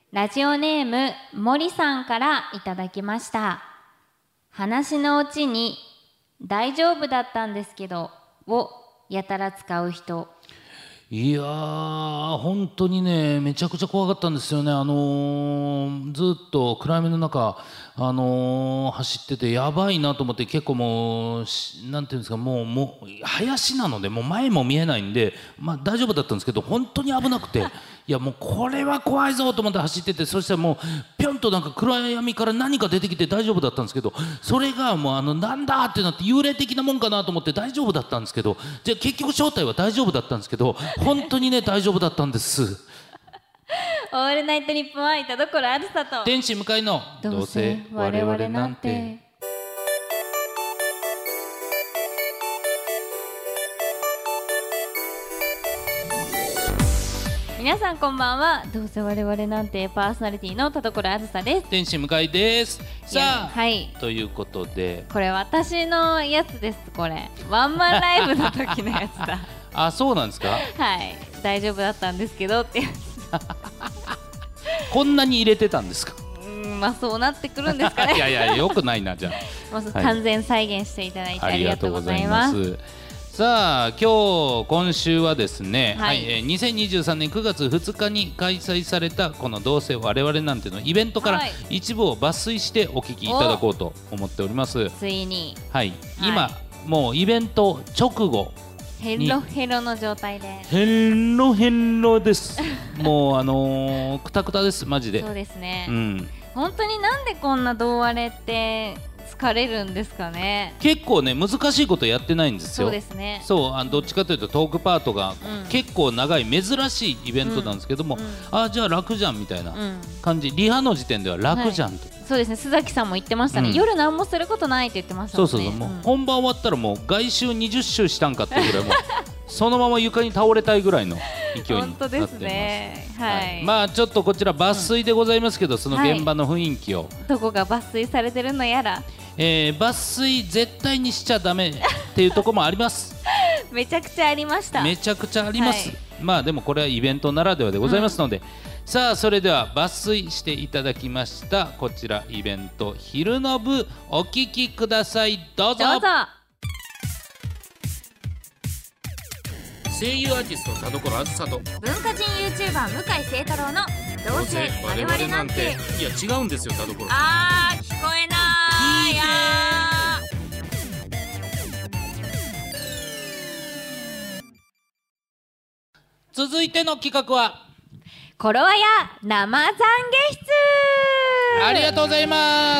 ラジオネーム森さんからいただきました。話のうちに大丈夫だったんですけどをやたら使う人。 いやー本当にねめちゃくちゃ怖かったんですよね。ずっと暗闇の中、走っててやばいなと思って、結構もうなんていうんですか、もう林なのでもう前も見えないんで、大丈夫だったんですけど、本当に危なくていやもうこれは怖いぞと思って走ってて、そしたらもうぴょんとなんか暗闇から何か出てきて大丈夫だったんですけど、それがもうなんだってなって幽霊的なもんかなと思って大丈夫だったんですけど、じゃあ結局正体は大丈夫だったんですけど、本当にね大丈夫だったんです。 オールナイトニッポン愛田所あずさと天使向かいのどうせ我々なんて。皆さんこんばんは。どうせ我々なんてパーソナリティの田所あずさです。 天使向かいです。さあ、 はい、 ということでこれ私のやつです。これワンマンライブの時のやつだあ、そうなんですか。 はい、大丈夫だったんですけどってやつこんなに入れてたんですか。 そうなってくるんですかねいやいやよくないな。じゃあ完全再現していただいてありがとうございます。 さあ今週はですね、2023年9月2日に開催されたこのどうせ我々なんてのイベントから一部を抜粋してお聞きいただこうと思っております。 ついに、 今もうイベント直後ヘロヘロの状態でヘロヘロですもうクタクタですマジで。 そうですね、本当になんでこんなどうあれって疲れるんですかね。 結構ね難しいことやってないんですよ。 そうですね。 そうどっちかというとトークパートが結構長い珍しいイベントなんですけども、じゃあ楽じゃんみたいな感じ、リハの時点では楽じゃんと、 そうですね。須崎さんも言ってましたね、夜何もすることないって言ってましたもんね。 そうもう本番終わったらもう外周20周したんかっていうぐらいもうそのまま床に倒れたいぐらいの勢いになってます。 本当ですね。 ちょっとこちら抜粋でございますけど、その現場の雰囲気を、 どこが抜粋されてるのやら、 抜粋絶対にしちゃダメっていうところもありますめちゃくちゃありました。 めちゃくちゃあります、でもこれはイベントならではでございますので、さあそれでは抜粋していただきましたこちらイベント昼の部お聞きください。どうぞ。声優アーティスト田所あずさと文化人 YouTuber 向井聖太郎のどうせ我々なんて。 いや違うんですよ田所。 聞こえない続いての企画はコロワヤ生懺悔室。 ありがとうございます。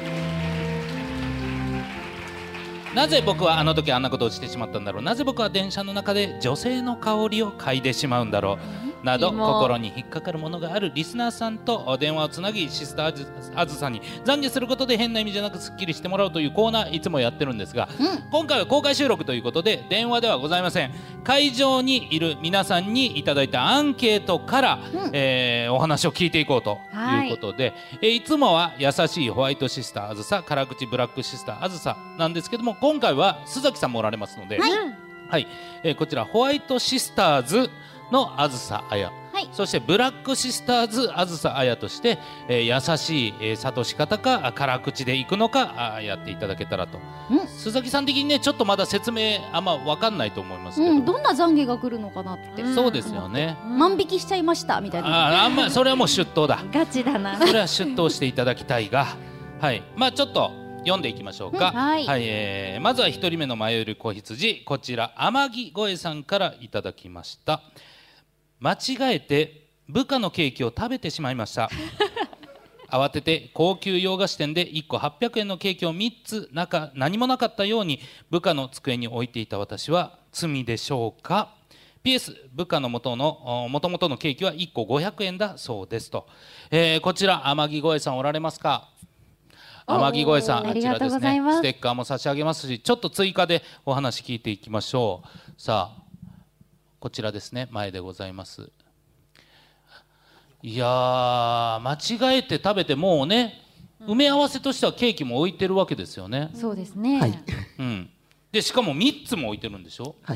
なぜ僕はあの時あんなことをしてしまったんだろう、なぜ僕は電車の中で女性の香りを嗅いでしまうんだろうなど、心に引っかかるものがあるリスナーさんと電話をつなぎ、シスターあずさに懺悔することで変な意味じゃなくすっきりしてもらうというコーナーいつもやってるんですが、今回は公開収録ということで電話ではございません。会場にいる皆さんにいただいたアンケートから、お話を聞いていこうということで、いつもは優しいホワイトシスターあずさ、辛口ブラックシスターあずさなんですけども、今回は須崎さんもおられますので、こちらホワイトシスターズのあずさあや、そしてブラックシスターズあずさあやとして、優しい、諭し方か辛口でいくのかやっていただけたらと、須崎さん的にねちょっとまだ説明あんま分かんないと思いますけど、 どんな懺悔が来るのかなって、 そうですよね、 万引きしちゃいましたみたいな、 それはもう出頭だガチだなそれは出頭していただきたいがちょっと読んでいきましょうか。まずは一人目の迷える子羊、こちら天城越さんからいただきました。間違えて部下のケーキを食べてしまいました慌てて高級洋菓子店で1個800円のケーキを3つ何もなかったように部下の机に置いていた私は罪でしょうか。 PS 部下の元々のケーキは1個500円だそうですと、こちら天城越さんおられますか。天城越さん、あちらですね、ステッカーも差し上げますし、ちょっと追加でお話聞いていきましょう。さあこちらですね、前でございます。いやー間違えて食べてもうね、埋め合わせとしてはケーキも置いてるわけですよね。 そうですね、 でしかも3つも置いてるんでしょ。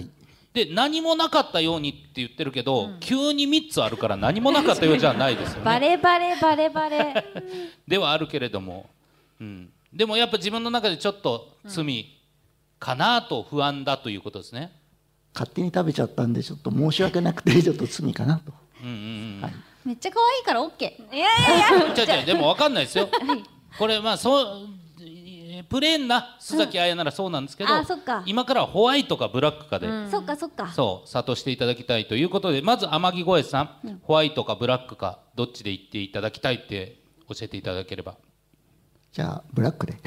で何もなかったようにって言ってるけど、急に3つあるから何もなかったようじゃないですよね。 バレバレバレバレではあるけれども、でもやっぱ自分の中でちょっと罪かなと不安だということですね。 勝手に食べちゃったんでちょっと申し訳なくてちょっと罪かなと。 めっちゃ可愛いからオッケー。 いやいやいやでも分かんないですよ。これまあそうプレーンな須崎彩ならそうなんですけど、 あそっか今からはホワイトかブラックかで、 そっかそっか。 そう諭していただきたいということで、まず天城越さん、ホワイトかブラックかどっちで言っていただきたいって教えていただければ。 じゃあブラックで。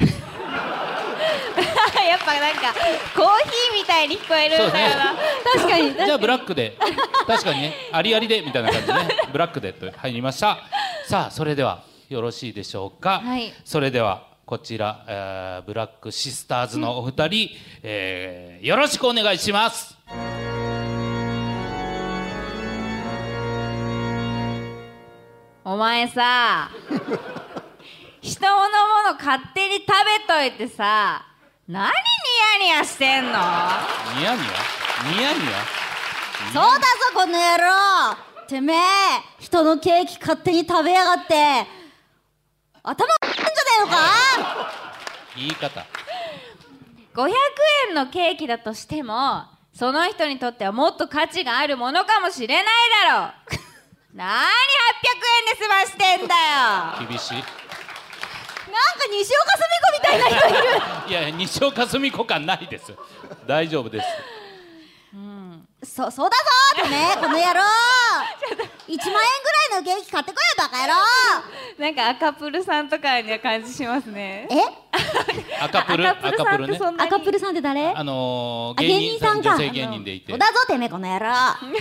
やっぱなんかコーヒーみたいに聞こえるんだよな。 確かに。 じゃあブラックで、確かにね、ありありでみたいな感じでね、ブラックでと入りました。さあそれではよろしいでしょうか。それではこちら、ブラックシスターズのお二人、よろしくお願いします。 お前さ人のもの勝手に食べといてさ、何ニヤニヤしてんの？ ニヤニヤニヤニヤ。 そうだぞこの野郎。てめえ人のケーキ勝手に食べやがって頭んじゃねえのか。 言い方。 500円のケーキだとしてもその人にとってはもっと価値があるものかもしれないだろう。なーに800円で済ましてんだよ。 厳しい。 なんか西岡澄子みたいな人いる。 いや西岡澄子感ないです。大丈夫です。 そうだぞてめえこの野郎。1万円ぐらいのケーキ買ってこいよバカ野郎。 なんか赤プルさんとかには感じしますね。 赤プルね。 赤プルさんって誰？ 芸人さんか。女性芸人でいて。 そうだぞてめえこの野郎。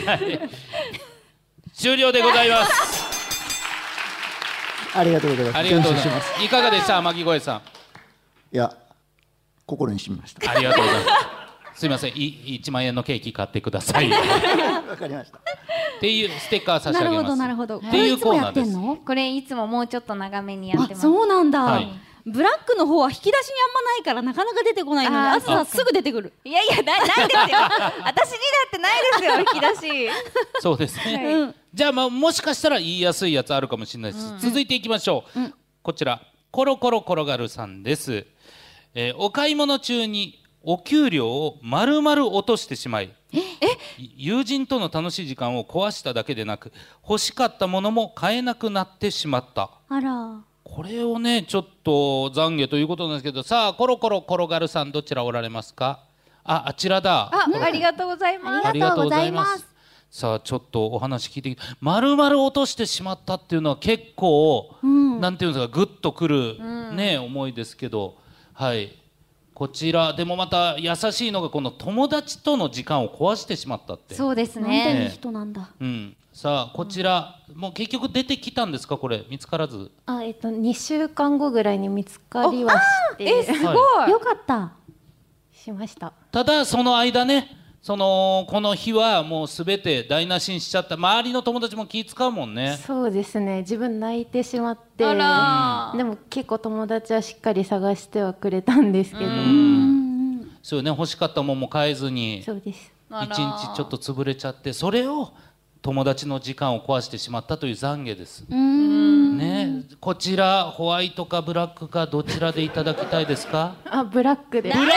終了でございます。 ありがとうございます。 ありがとうございます。いかがでした天城越さん。 いや心に染みました。 ありがとうございます。すいません、1万円のケーキ買ってください。 わかりました。 っていうステッカー差し上げます。 なるほど。 っていうコーナーです。 これいつももうちょっと長めにやってます。 そうなんだ。 はいブラックの方は引き出しにあんまないからなかなか出てこないのに朝すぐ出てくる。 いやいやないですよ。私にだってないですよ引き出し。 そうですね。じゃあもしかしたら言いやすいやつあるかもしれないです。続いていきましょう。こちらコロコロ転がるさんです。お買い物中にお給料を丸々落としてしまい、友人との楽しい時間を壊しただけでなく欲しかったものも買えなくなってしまった。 あら。 これをねちょっと懺悔ということなんですけど、さあコロコロ転がるさんどちらおられますか。あちらだ。 ありがとうございます。 ありがとうございます。さあちょっとお話聞いて、丸々落としてしまったっていうのは結構、なんていうんですか、グッとくる、ね思いですけど、はい。こちらでもまた優しいのがこの友達との時間を壊してしまったって。 そうですなんていね。 い人なんだ。 さあこちら、もう結局出てきたんですか、これ見つからず。 2週間後ぐらいに見つかりはしてすごい。 よかった。 しました。 ただその間ね、この日はもうすべて台無しにしちゃった。周りの友達も気使うもんね。 そうですね、自分泣いてしまって、 あらでも結構友達はしっかり探してはくれたんですけど、 そうね、欲しかったもんも買えずにそうです。 一日ちょっと潰れちゃって、それを友達の時間を壊してしまったという懺悔です。ね、こちらホワイトかブラックかどちらでいただきたいですか。 ブラックで。 無理だよ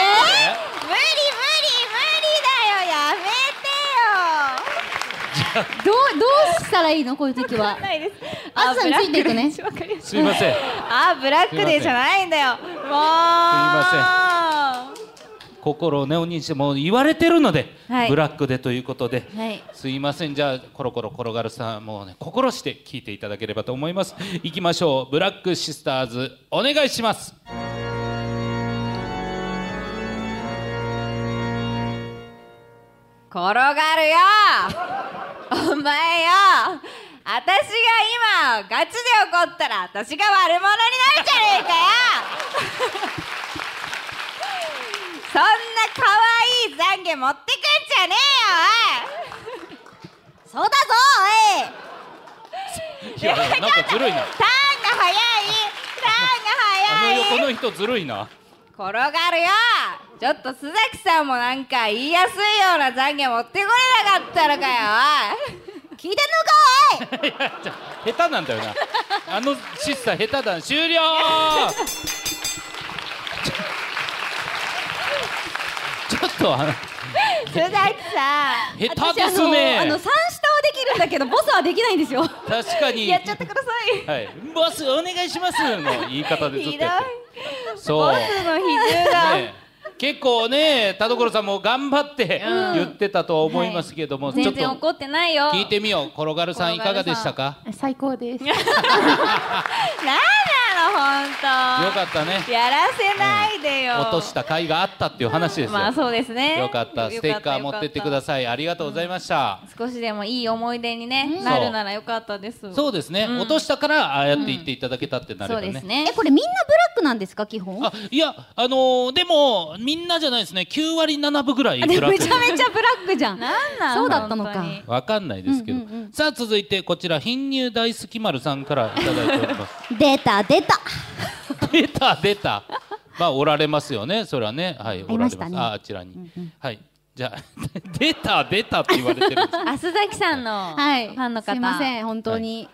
やめてよ。 どうしたらいいのこういう時は。 ないです。 あずさんについていくね。 すいません。 ブラックでじゃないんだよ。もう。すいません。心をね、おにしてもう言われてるので、ブラックでということで、すいません。じゃあコロコロ転がるさん、もうね心して聞いていただければと思います。いきましょう。ブラックシスターズお願いします。 転がるよお前よ。私が今ガチで怒ったら私が悪者になるじゃねえかよ。そんな可愛い懺悔持ってくんじゃねえよおい。 そうだぞおい。 いやなんかずるいな。 ターンが早い。 横の人ずるいな。 転がるよちょっと須崎さんもなんか言いやすいような懺悔持ってこれなかったのかよおい。 聞いてんのかい。 いや下手なんだよなあのシスター下手だ。終了ちょっと須崎さん下手ですね。 三下はできるんだけどボスはできないんですよ。 確かにやっちゃってください。 はい、ボスお願いしますの言い方でずっとやってる。そうボスの比重が、 ね、結構ね田所さんも頑張って言ってたとは思いますけども、ちょっと全然怒ってないよ。 聞いてみよう。転がるさんいかがでしたか？ 最高です。 なんなの本当。 よかったね。 やらせないでよ。 落とした甲斐があったっていう話ですよ。 まあそうですね。 よかった。ステッカー持ってってください。ありがとうございました。 少しでもいい思い出にね、なるならよかったです。 そうですね。落としたからああやって言っていただけたってなればね。 そうですね。 これみんなブラックなんですか基本？ いやでもみんなじゃないですね。9割7分ぐらいブラック。 めちゃめちゃブラックじゃん。 なんなんそうだったのか。 わかんないですけど。さあ続いてこちら貧乳大好き丸さんからいただいております。 出た出た。 出た出た。まあおられますよね。それはね。はい。おられます。あちらに。はい。じゃあ出た出たって言われてるんです。 須崎さんのファンの方。 すいません本当に。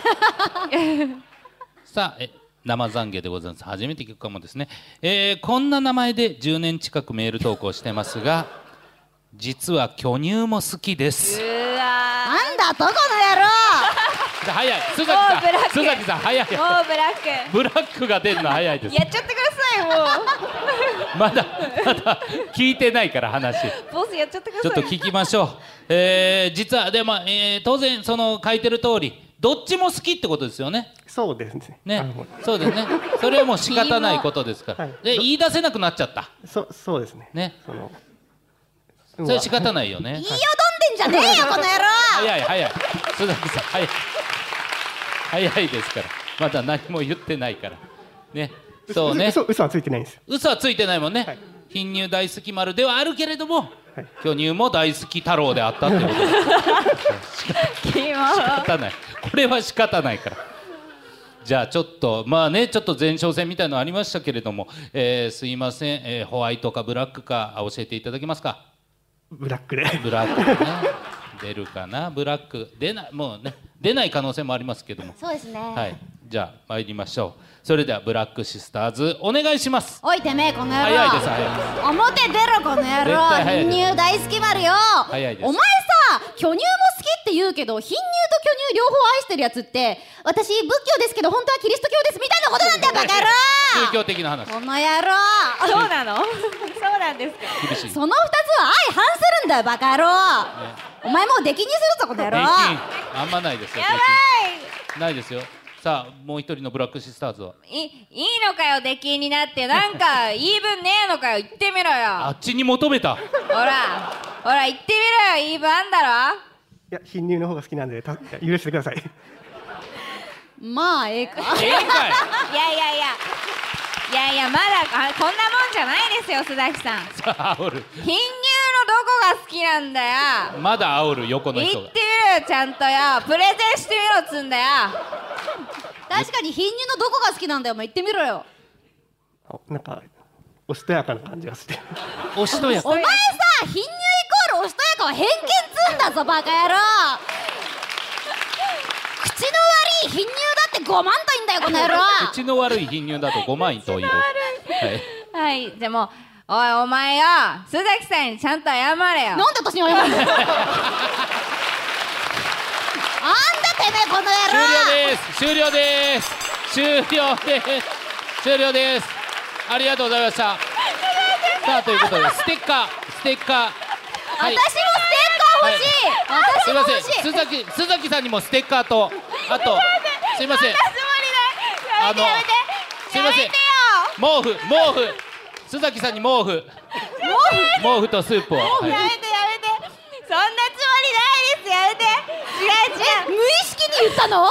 さあ生懺悔でございます。初めて聞くかもですね。こんな名前で10年近くメール投稿してますが、実は巨乳も好きです。 うわなんだとこの野郎。 早い。須崎さん早い。 もうブラック。 ブラックが出るの早いです。 やっちゃってくださいもう。 まだ聞いてないから話。 ボスやっちゃってください。 ちょっと聞きましょう。実はでも当然その書いてる通りどっちも好きってことですよね。 そうですね。 ね、そうですね。それはもう仕方ないことですから。で言い出せなくなっちゃった。 そうですね。 ね。それは仕方ないよね。 言いよどんでんじゃねえよこの野郎。 早い。須崎さん早いですから。まだ何も言ってないから。ね。そうね。 嘘はついてないんです。 嘘はついてないもんね。貧乳大好き丸ではあるけれども、巨乳も大好き太郎であったってことです。仕方ない。これは仕方ないから。じゃあちょっとまあねちょっと前哨戦みたいなのありましたけれども、すいません、ホワイトかブラックか教えていただけますか。 ブラックで。 ブラックね。出るかな。ブラック出ない、もうね出ない可能性もありますけども。 そうですね。 はい。じゃあ参りましょう。それではブラックシスターズお願いします。 おいてめえこの野郎。 早いです早いです。 表出ろこの野絶対郎。 早いです貧乳大好き丸よ。 早いです。 お前さ巨乳も好きって言うけど貧乳と巨乳両方愛してるやつって私仏教ですけど本当はキリスト教ですみたいなことなんだよバカ野郎。 宗教的な話。 この野郎。 そうなの？そうなんですか。 厳しい。 その2つは相反するんだよバカ野郎。お前もう出禁にするぞこの野郎。 出禁あんまないですよ。 やばい。ないですよ。さあもう一人のブラックシスターズは。 いいのかよ出禁になって。なんか言い分ねえのかよ。言ってみろよ。 あっちに求めた。 ほら言ってみろよ。言い分あんだろ。 いや貧乳の方が好きなんで許してください。 まあええか。 ええんかい。 いやまだこんなもんじゃないですよ須崎さん。 さあ煽る。 貧乳のどこが好きなんだよ。 まだ煽る横の人が。 言ってみろよちゃんとよ。プレゼンしてみろっつんだよ。 確かに貧乳のどこが好きなんだよお前言ってみろよ。 なんかおしとやかな感じがして。 おしとやか。 お前さ貧乳イコールおしとやかは偏見つんだぞバカ野郎。口の悪い貧乳だって5万といんだよこの野郎。 口の悪い貧乳だと5万といる。 はい、じゃあもうお前よ須崎さんにちゃんと謝れよ。 なんで私に謝るの。あんだてめえこの野郎。 終了です。ありがとうございました。さあということでステッカー。 私もステッカー欲しい。 すいません須崎さんにもステッカーとあとすいませんすいません毛布須崎さんに毛布とスープを。 やめてそんなつもりないです。やめて。違う無意識に言ったの。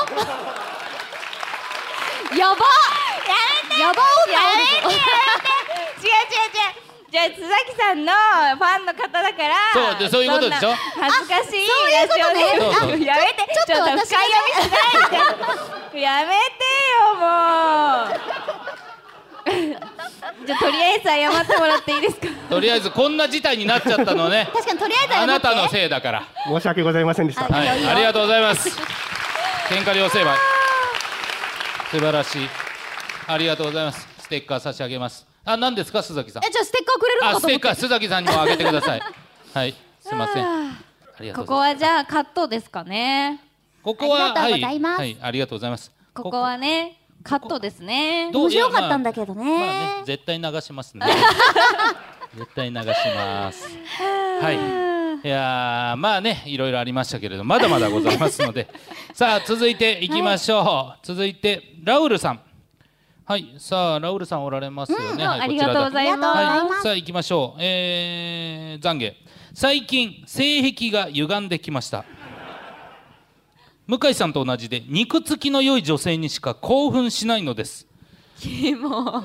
やばやめて。違う。じゃあ須崎さんのファンの方だからそういうことでしょ。 恥ずかしいそういうことね。 そうやめて。ちょっと深読みしないで。やめてよもう。 じゃあとりあえず謝ってもらっていいですか。 とりあえずこんな事態になっちゃったのね確かにとりあえず謝って。 あなたのせいだから。 申し訳ございませんでした。 はいはい、ありがとうございます。喧嘩両成敗。素晴らしい。ありがとうございます。ステッカー差し上げます。あ、何ですか、須崎さん。 じゃあステッカーくれるのあ、 かと思って。 ステッカー、須崎さんにもあげてください。はい、すいません。ありがとうここございます。 はじゃあカットですかね。 ここは、 ありがとうございますはい、はい、ありがとうございます。 ここはねカットですね。 どう面白かったんだけどね。 まあね、絶対流しますね。絶対流します。はい。いやー、まあね、いろいろありましたけれど、まだまだございますので。さあ、続いていきましょう。続いてラウルさん。はい、さあラウルさんおられますよね。はい、 ありがとうございます。 はい、さあ行きましょう。懺悔。最近性癖が歪んできました。向井さんと同じで肉付きの良い女性にしか興奮しないのです。 もう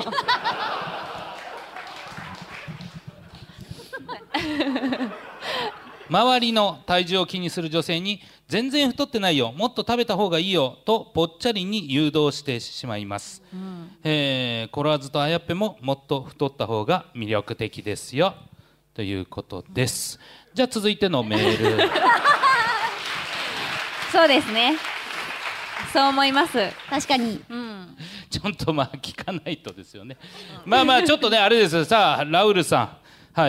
周りの体重を気にする女性に全然太ってないよ、もっと食べた方がいいよとぽっちゃりに誘導してしまいます。コラーズとあやっぺももっと太った方が魅力的ですよということです。じゃあ続いてのメール。 そうですね。そう思います。 確かに。 ちょっとまあ聞かないとですよね。まあまあちょっとねあれです。さあラウルさん、はい、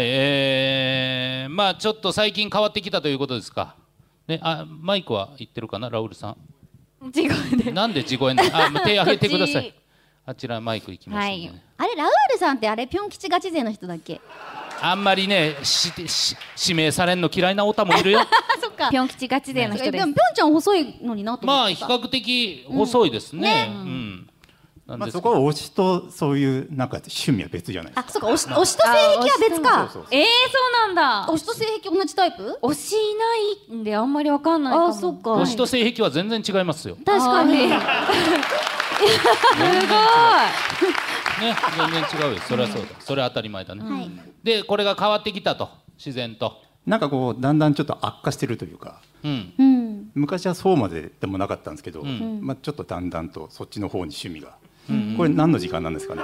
まあちょっと最近変わってきたということですか。ね、あ、マイクは言ってるかな、ラウルさん。 地声で。 なんで地声なの。あ、手挙げてください。あちらマイク行きますね。 はい。 あれラウールさんってあれピョン吉ガチ勢の人だっけ？ あんまりね指名されんの嫌いなオタもいるよ。 あ、そっか。 ピョン吉ガチ勢の人ですでも。ピョンちゃん細いのになと思まあってた。 比較的細いですね。うん。なんまあ、 ですそこは推しとそういうなんか趣味は別じゃないですあ、 か。 そっか。推しと性癖は別か。 そうそうそうなんだ。 推しと性癖同じタイプ？ 推しいないんであんまりわかんないかも。 あ、そっか。 推しと性癖は全然違いますよ。 確かに。 すね、全然違うよ。それはそうだ。それは当たり前だね。 はい。 でこれが変わってきたと、自然と。 なんかこうだんだんちょっと悪化してるというか、 うん。 うん。 昔はそうまででもなかったんですけど、 んまあ、ちょっとだんだんとそっちの方に趣味が、これ何の時間なんですかね。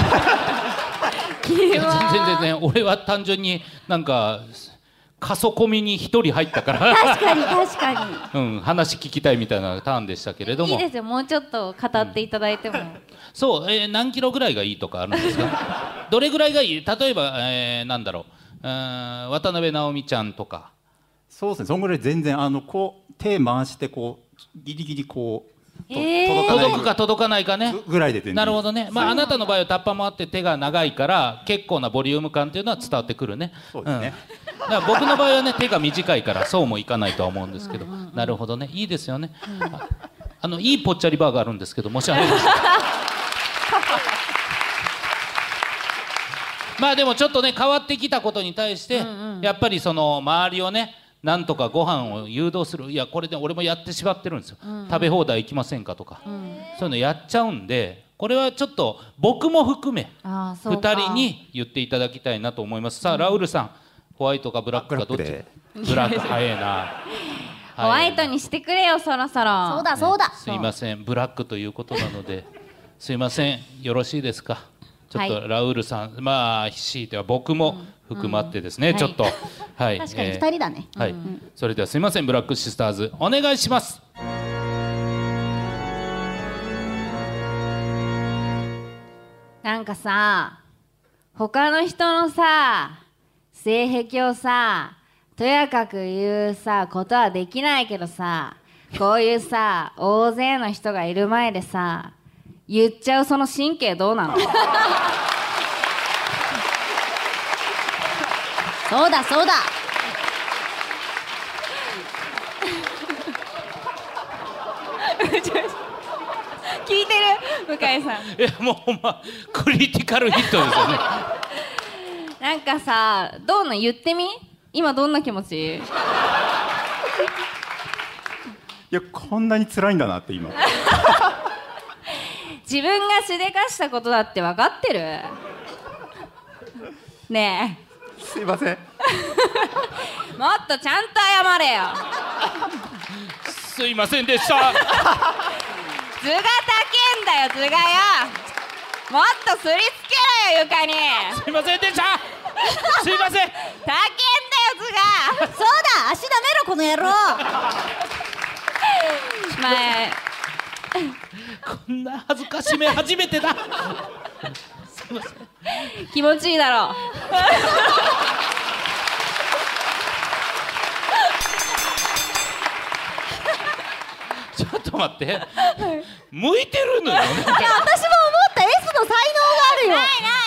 いや全然俺は単純になんか過疎コミに一人入ったから確かに確かに。 うん、話聞きたいみたいなターンでしたけれども。 いいですよ。もうちょっと語っていただいても。 そう、何キロぐらいがいいとかあるんですか。どれぐらいがいい。例えば、なんだろう、渡辺直美ちゃんとか。 そうですね、そんぐらい全然こう手回してこうギリギリこう、 届くか届かないかね。 ぐらいで全然。 なるほどね。まああなたの場合はタッパもあって手が長いから結構なボリューム感っていうのは伝わってくるね。 そうですね。 だから僕の場合はね手が短いからそうもいかないとは思うんですけど、なるほどね、いいですよね。いいぽっちゃりバーがあるんですけど申し訳ないです。まあでもちょっとね変わってきたことに対してやっぱりその周りをねなんとかご飯を誘導する。いやこれで俺もやってしまってるんですよ。食べ放題行きませんかとか、そういうのやっちゃうんで、これはちょっと僕も含め2人に言っていただきたいなと思います。さあラウルさん、ホワイトかブラックかどっち？ブラック早いな。 ホワイトにしてくれよそろそろ。 そうだそうだ。 すいません、ブラックということなのですいません、よろしいですか。ちょっとラウルさん、まあ強いては僕も含まってですね、ちょっとはい、 確かに2人だね。 はい、それではすいません、ブラックシスターズお願いします。 なんかさ、他の人のさ性癖をさとやかく言うさことはできないけどさ、こういうさ大勢の人がいる前でさ言っちゃうその神経どうなの？ そうだそうだ。 聞いてる向井さん。 いやもうほんまクリティカルヒットですよね。 なんかさ、どうなん言ってみ？今どんな気持ち？ いやこんなに辛いんだなって今。 自分がしでかしたことだって分かってる？ねすいません。 えもっとちゃんと謝れよ。 すいませんでした。 図が高えんだよ図がよ。もっとすりつけろよよ床に。 すいませんでした。すいません。 高えんだよ図が。 そうだ、足舐めろこの野郎。 まあこんな恥ずかしめ初めてだ。 気持ちいいだろう。 ちょっと待って。向いてるのよね。 いや、私も思った。 S の才能があるよ。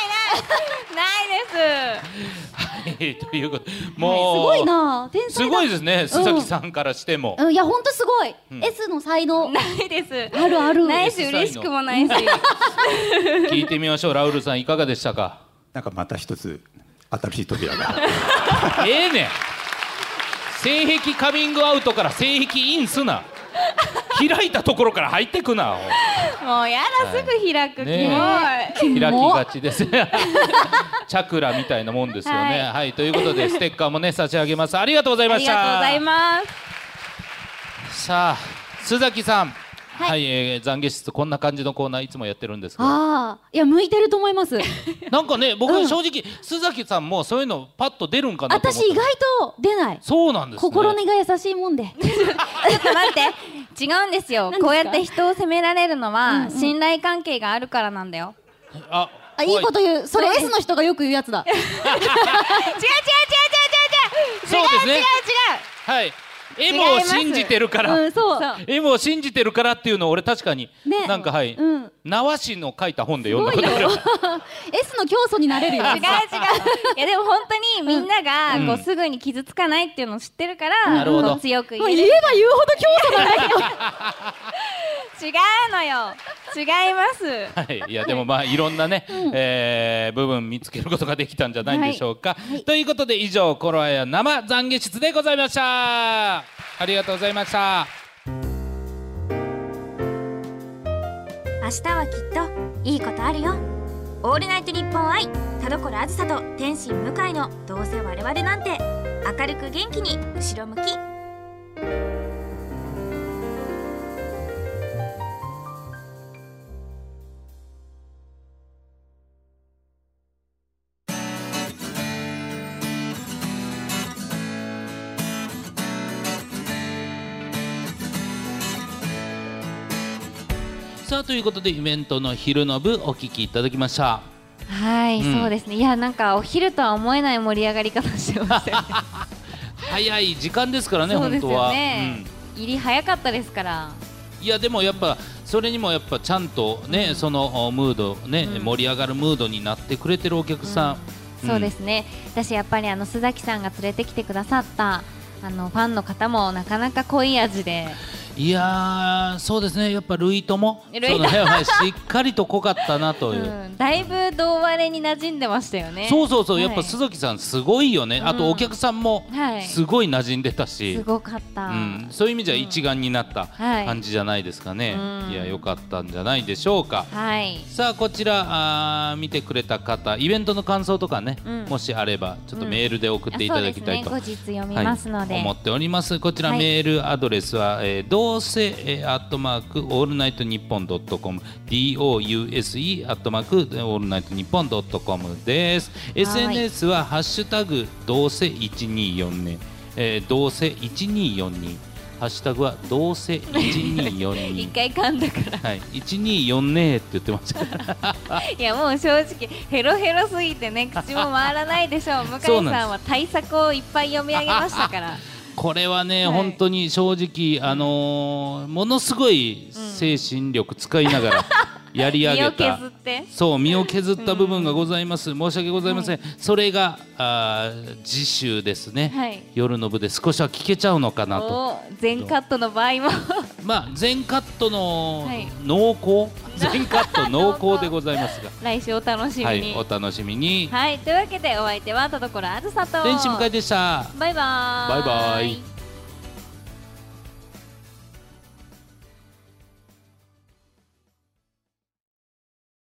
ないです。 はいということで、もうすごいな、天才だ。 すごいですね、須崎さんからしても。 いや、ほんとすごい。 ん S の才能。 ないです。 あるある。 ないし嬉しくもないし。 聞いてみましょう。ラウルさんいかがでしたか。 なんかまた一つ新しい扉が。 ええねん。性癖カミングアウトから性癖インすな。開いたところから入ってくな。 もうやだ、すぐ開く。 ねキモい。 開きがちです。チャクラみたいなもんですよね。はい、ということでステッカーもね差し上げます。ありがとうございました。 ありがとうございます。 さあ須崎さん、 はいはい、懺悔室こんな感じのコーナーいつもやってるんですが、 ああ、いや、向いてると思います。 なんかね僕は正直、須崎さんもそういうのパッと出るんかなと思った。 私意外と出ない。 そうなんですね。 心根が優しいもんで。 ちょっと待って、違うんですよ。 何ですかこうやって人を責められるのは信頼関係があるからなんだよ。 あ、 あ、いいこと言う。それ S の人がよく言うやつだ。 違う違う違う違う違う違う違う違う違う違う違う違う。 そうですね。はい。M を信じてるから、 うん、そう。 そう。 M を信じてるからっていうのを俺確かに、 ねなんかはい、 うん。 縄氏の書いた本です読んごいよ。 だことある。 S の教祖になれるよ。 違う違う。いやでも本当にみんながこうんうすぐに傷つかないっていうのを知ってるから、 なるほどこう強くもう言える。 言えば言うほど教祖なんだけど。 違うのよ。違います。 はい、いやでもまあいろんなね、部分見つけることができたんじゃないでしょうか。ということで以上コロアヤ生懺悔室でございました。ありがとうございました。 明日はきっといいことあるよ。オールナイトニッポン愛田所あずさと天心向井のどうせ我々なんて、明るく元気に後ろ向き。 さあということでイベントの昼の部お聞きいただきました。 はい、 うんそうですね。いやなんかお昼とは思えない盛り上がり方してましたよね。 早い時間ですからねそうです本当は。 よね。入り早かったですから。 いやでもやっぱそれにもやっぱちゃんとね、そのムードね、盛り上がるムードになってくれてるお客さん、 そうですね。私やっぱり須崎さんが連れてきてくださったファンの方もなかなか濃い味で。 いやーそうですね、やっぱルイともルイとそのやっぱりしっかりと濃かったなという、 だいぶ同割れに馴染んでましたよね。 そうそうそう、 はいやっぱ須崎さんすごいよね、あとお客さんもはいすごい馴染んでたし、 すごかった、 そういう意味じゃ一丸になったはい感じじゃないですかね、 うんいや良かったんじゃないでしょうか。 はい。 さあこちら見てくれた方、イベントの感想とかね、 うんもしあればちょっとメールで送っていただきたいと、 そうですね、後日読みますので、 はい、思っております。こちらはいメールアドレスは、どうせオールナイトニッポンドットコム DOUSE オールナイトニッポンドットコムです。SNS はハッシュタグどうせ1242、どうせ1242、ハッシュタグはどうせ1242 一回噛んだからはい、1242って言ってましたいやもう正直ヘロヘロすぎてね口も回らないでしょう。向井そうなんですさんは対策をいっぱい読み上げましたからこれはね、 はい本当に正直、ものすごい精神力使いながらやり上身をげた、 削ってそう身を削った部分がございます、申し訳ございません、それが次週ですね、 はい夜の部で少しは聞けちゃうのかなと。 お全カットの場合もまあ全カットのはい濃厚、全カット濃厚でございますが来週お楽しみに、 はい、お楽しみに。 はい、というわけでお相手は田所あずさと天使向井でした。 バイバーイバイバイ。